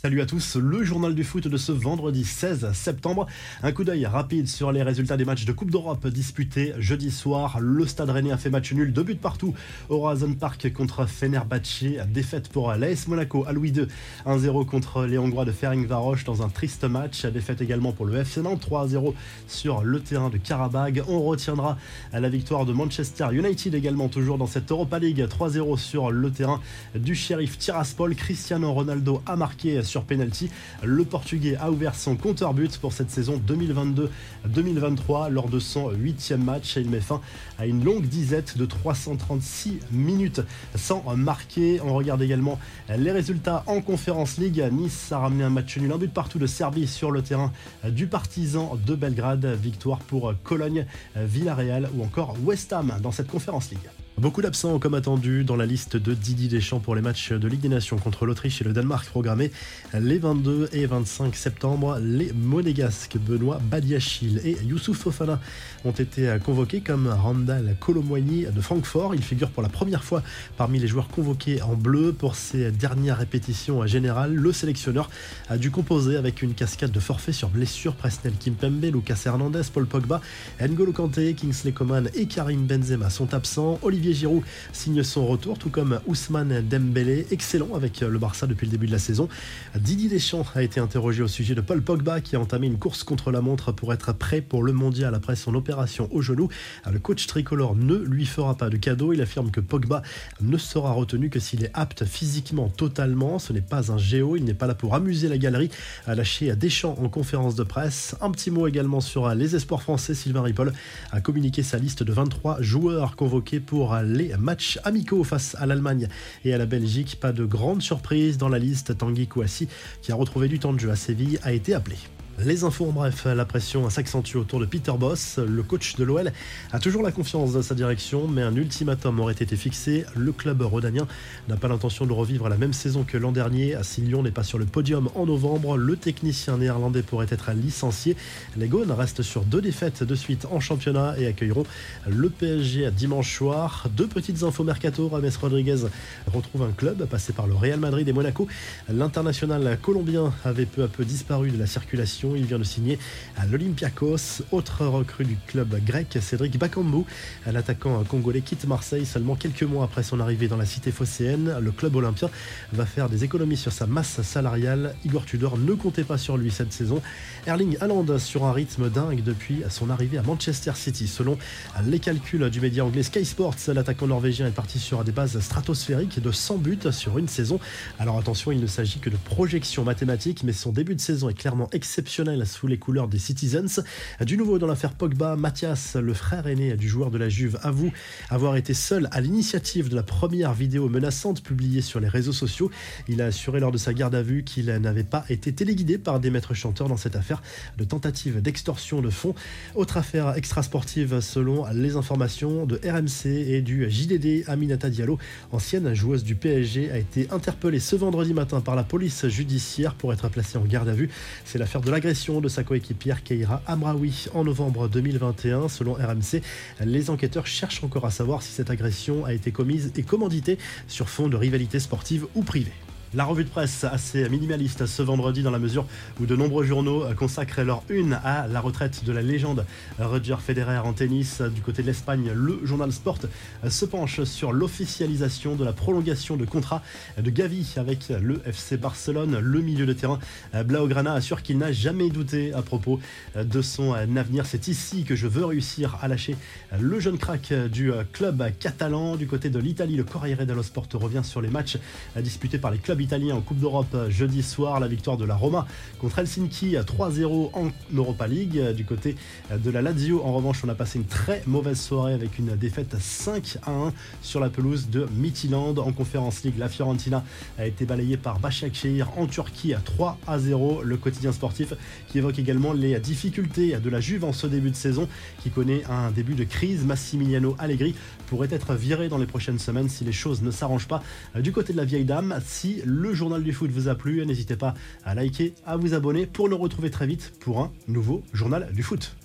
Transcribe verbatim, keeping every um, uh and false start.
Salut à tous, le journal du foot de ce vendredi seize septembre. Un coup d'œil rapide sur les résultats des matchs de Coupe d'Europe disputés jeudi soir. Le Stade Rennais a fait match nul, deux buts partout au Horizon Park contre Fenerbahçe. Défaite pour l'A S Monaco à Louis deux, un zéro contre les Hongrois de Ferencváros dans un triste match. Défaite également pour le F C Nantes, trois à zéro sur le terrain de Karabag. On retiendra la victoire de Manchester United également, toujours dans cette Europa League, trois zéro sur le terrain du Sheriff Tiraspol. Cristiano Ronaldo a marqué sur penalty. Le Portugais a ouvert son compteur but pour cette saison deux mille vingt-deux deux mille vingt-trois lors de son huitième match. Il met fin à une longue disette de trois cent trente-six minutes sans marquer. On regarde également les résultats en Conference League. Nice a ramené un match nul, un but partout de Serbie sur le terrain du Partizan de Belgrade. Victoire pour Cologne, Villarreal ou encore West Ham dans cette Conference League. Beaucoup d'absents comme attendu dans la liste de Didier Deschamps pour les matchs de Ligue des Nations contre l'Autriche et le Danemark programmés les vingt-deux et vingt-cinq septembre. Les Monégasques Benoît Badiachil et Youssouf Fofana ont été convoqués comme Randal Kolo Muani de Francfort. Il figure pour la première fois parmi les joueurs convoqués en bleu pour ses dernières répétitions générales. Le sélectionneur a dû composer avec une cascade de forfaits sur blessure. Presnel Kimpembe, Lucas Hernandez, Paul Pogba, N'Golo Kanté, Kingsley Coman et Karim Benzema sont absents. Olivier Giroud signe son retour, tout comme Ousmane Dembélé, excellent avec le Barça depuis le début de la saison. Didier Deschamps a été interrogé au sujet de Paul Pogba qui a entamé une course contre la montre pour être prêt pour le mondial après son opération au genou. Le coach tricolore ne lui fera pas de cadeau. Il affirme que Pogba ne sera retenu que s'il est apte physiquement totalement. Ce n'est pas un géo, il n'est pas là pour amuser la galerie, a lâché Deschamps en conférence de presse. Un petit mot également sur les espoirs français. Sylvain Ripoll a communiqué sa liste de vingt-trois joueurs convoqués pour les matchs amicaux face à l'Allemagne et à la Belgique. Pas de grande surprise dans la liste. Tanguy Kouassi, qui a retrouvé du temps de jeu à Séville, a été appelé. Les infos en bref, la pression s'accentue autour de Peter Bosz. Le coach de l'O L a toujours la confiance de sa direction, mais un ultimatum aurait été fixé. Le club rhodanien n'a pas l'intention de revivre la même saison que l'an dernier. Si Lyon n'est pas sur le podium en novembre, le technicien néerlandais pourrait être licencié. Les Gaunes restent sur deux défaites de suite en championnat et accueilleront le P S G dimanche soir. Deux petites infos mercato. James Rodriguez retrouve un club passé par le Real Madrid et Monaco. L'international colombien avait peu à peu disparu de la circulation. Il vient de signer à l'Olympiakos. Autre recrue du club grec, Cédric Bakambu. L'attaquant congolais quitte Marseille seulement quelques mois après son arrivée dans la cité phocéenne. Le club olympien va faire des économies sur sa masse salariale. Igor Tudor ne comptait pas sur lui cette saison. Erling Haaland sur un rythme dingue depuis son arrivée à Manchester City. Selon les calculs du média anglais Sky Sports, l'attaquant norvégien est parti sur des bases stratosphériques de cent buts sur une saison. Alors attention, il ne s'agit que de projections mathématiques, mais son début de saison est clairement exceptionnel sous les couleurs des Citizens. Du nouveau dans l'affaire Pogba, Mathias, le frère aîné du joueur de la Juve, avoue avoir été seul à l'initiative de la première vidéo menaçante publiée sur les réseaux sociaux. Il a assuré lors de sa garde à vue qu'il n'avait pas été téléguidé par des maîtres chanteurs dans cette affaire de tentative d'extorsion de fonds. Autre affaire extrasportive selon les informations de R M C et du J D D, Aminata Diallo, ancienne joueuse du P S G, a été interpellée ce vendredi matin par la police judiciaire pour être placée en garde à vue. C'est l'affaire de l'agression de sa coéquipière Keira Amraoui en novembre deux mille vingt et un. Selon R M C, les enquêteurs cherchent encore à savoir si cette agression a été commise et commanditée sur fond de rivalité sportive ou privée. La revue de presse assez minimaliste ce vendredi dans la mesure où de nombreux journaux consacrent leur une à la retraite de la légende Roger Federer en tennis. Du côté de l'Espagne, le journal Sport se penche sur l'officialisation de la prolongation de contrat de Gavi avec le F C Barcelone. Le milieu de terrain Blaugrana assure qu'il n'a jamais douté à propos de son avenir. C'est ici que je veux réussir à lâcher le jeune crack du club catalan. Du côté de l'Italie, le Corriere dello Sport revient sur les matchs disputés par les clubs italien en Coupe d'Europe jeudi soir. La victoire de la Roma contre Helsinki trois zéro en Europa League. Du côté de la Lazio, en revanche, on a passé une très mauvaise soirée avec une défaite cinq à un sur la pelouse de Midtjylland. En Conference League, la Fiorentina a été balayée par Başakşehir en Turquie à trois à zéro. Le quotidien sportif qui évoque également les difficultés de la Juve en ce début de saison qui connaît un début de crise. Massimiliano Allegri pourrait être viré dans les prochaines semaines si les choses ne s'arrangent pas du côté de la vieille dame. Si le journal du foot vous a plu, n'hésitez pas à liker, à vous abonner pour nous retrouver très vite pour un nouveau journal du foot.